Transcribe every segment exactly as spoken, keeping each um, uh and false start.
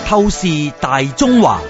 透視大中華。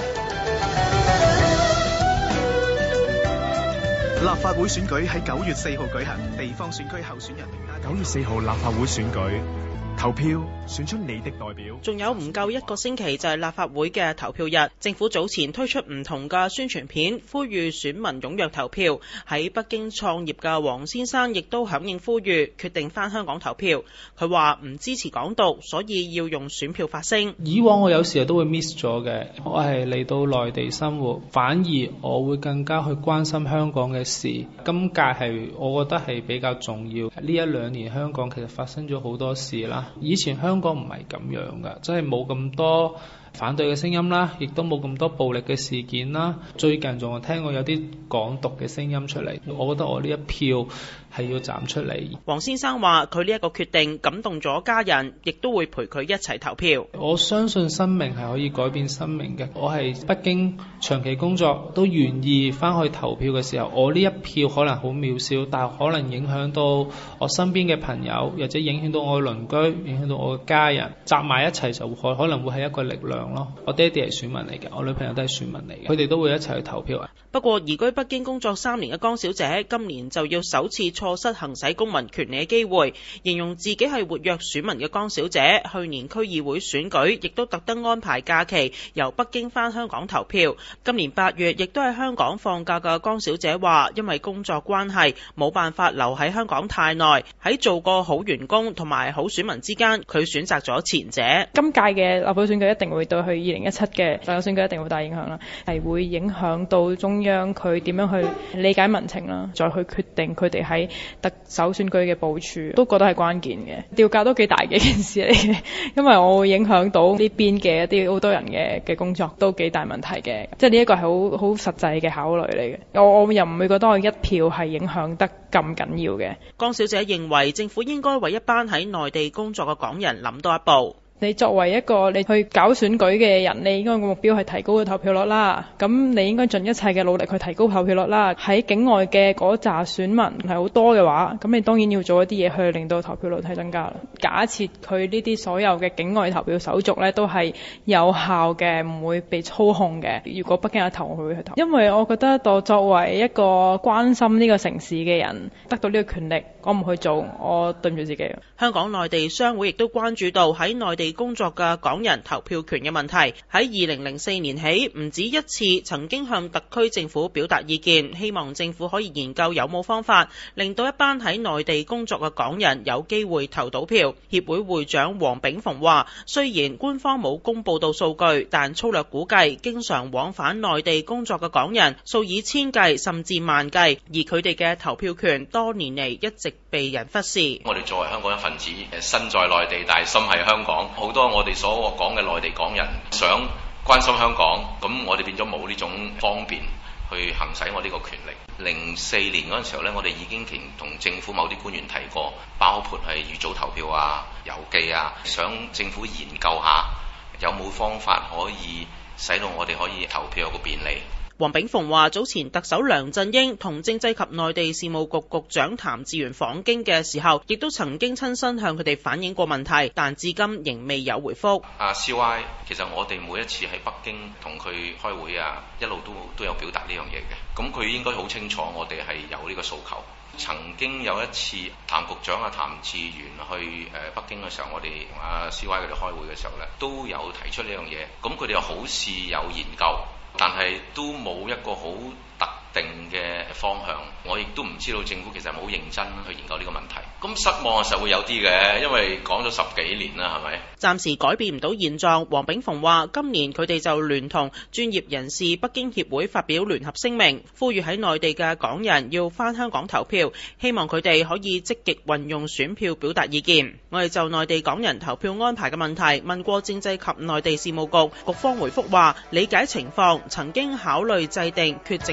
立法會選舉喺九月四號舉行，地方選區候選人名單。 九月四號立法會選舉投票，選出你的代表。 仲有唔夠一個星期就係立法會嘅投票日，政府早前推出唔同嘅宣傳片，呼籲選民踴躍投票。喺北京創業嘅黃先生亦都響應呼籲，決定返香港投票。佢話唔支持港獨，所以要用選票發聲。 以往我有時都會 miss 咗嘅，我係嚟到內地生活，反而我會更加去關心香港嘅事。今屆係我覺得係比較重要。呢一兩年香港其實發生咗好多事啦。以前香港唔係咁樣㗎，真係冇咁多反對嘅聲音啦，亦都冇咁多暴力嘅事件啦。最近仲有聽過有啲港獨嘅聲音出嚟，我覺得我呢一票係要站出嚟。 黃先生話佢呢一個決定感動咗家人，亦都會陪佢一齊投票。 我相信生命係可以改變生命嘅。我係北京長期工作，都願意翻去投票嘅時候，我呢一票可能好渺小，但係可能影響到我身邊嘅朋友，或者影響到我嘅鄰居，影響到我嘅家人，集埋一齊就可可能會係一個力量咯。我爹哋係選民嚟嘅，我女朋友都係選民嚟嘅，佢哋都會一齊去投票。 不過移居北京工作三年嘅江小姐，今年就要首次錯失行使公民權利嘅機會，形容自己係活躍選民嘅江小姐。去年區議會選舉亦都特登安排假期由北京返香港投票。今年八月亦都喺香港放假嘅江小姐話，因為工作關係冇辦法留喺香港太耐，喺做個好員工同埋好選民之間，佢選擇咗前者。 今屆嘅立法會選舉一定會對佢二零一七嘅特首選舉一定會大影響啦，係會影響到中央佢點樣去理解民情啦，再去決定佢哋喺特首選舉嘅部署，都覺得係關鍵嘅。調價都幾大嘅一件事嚟嘅，因為我會影響到呢邊嘅一啲好多人嘅嘅工作，都幾大問題嘅。即係呢一個係好好實際嘅考慮嚟嘅。我我又唔會覺得我一票係影響得咁緊要嘅。 江小姐認為政府應該為一班喺內地工作嘅港人諗多一步。 你作為一個你去搞選舉嘅人，你應該個目標係提高個投票率啦。咁你應該盡一切嘅努力去提高投票率啦。喺境外嘅嗰紮選民係好多嘅話，咁你當然要做一啲嘢去令到投票率係增加啦。假設佢呢啲所有嘅境外投票手續咧都係有效嘅，唔會被操控嘅。如果北京有投，佢會去投。因為我覺得我作為一個關心呢個城市嘅人，得到呢個權力，我唔去做，我對唔住自己。 香港內地商會亦都關注到喺內地工作嘅港人投票權嘅問題。喺二零零四年起，唔止一次曾經向特區政府表達意見，希望政府可以研究有冇方法令到一班喺內地工作嘅港人有機會投到票。協會會長黃炳鳳話，雖然官方冇公布到數據，但粗略估計經常往返內地工作嘅港人數以千計甚至萬計，而佢哋嘅投票權多年嚟一直被人忽視。 我哋作為香港一份子，身在內地但係心係香港，好多我哋所講嘅內地港人想關心香港，咁我哋變咗冇呢種方便去行使我呢個權力。零四年嗰陣時候呢，我哋已經同政府某啲官員提過，包括係預早投票啊、郵寄啊，想政府研究下有冇方法可以使到我哋可以投票有個便利。 黃炳鳳話，早前特首梁振英同政制及內地事務局局長譚志源訪京嘅時候，亦都曾經親身向佢哋反映過問題，但至今仍未有回覆。 啊 C Y， 其實我哋每一次喺北京同佢開會啊，一路都都有表達呢樣嘢嘅。咁佢應該好清楚我哋係有呢個訴求。曾經有一次譚局長啊、譚志源去誒北京嘅時候，我哋同阿 C Y 佢哋開會嘅時候咧，都有提出呢樣嘢。咁佢哋又好似有研究，但係都冇一個好特定嘅方向。我亦都唔知道政府其實冇認真去研究呢個問題。咁失望實會有啲嘅，因為講咗十幾年啦，係咪？ 暫時改變唔到現狀。黃炳鳳話，今年佢哋就聯同專業人士北京協會發表聯合聲明，呼籲喺內地嘅港人要返香港投票，希望佢哋可以積極運用選票表達意見。我哋就內地港人投票安排嘅問題問過政制及內地事務局，局方回覆話理解情況，曾經考慮制定缺席投票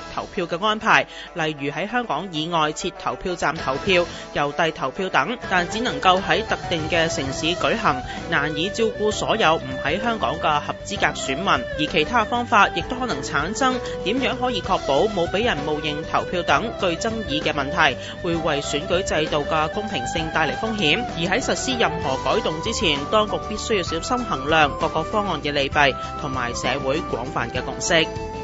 嘅安排，例如喺香港以外設投票站投票、郵遞投票等，但只能夠喺特定嘅城市舉行，難以照顧所有唔喺香港嘅合資格選民。而其他方法亦都可能產生點樣可以確保冇俾人冒認投票等具爭議嘅問題，會為選舉制度嘅公平性帶嚟風險。而喺實施任何改動之前，當局必須要小心衡量各個方案嘅利弊同埋社會廣泛嘅共識。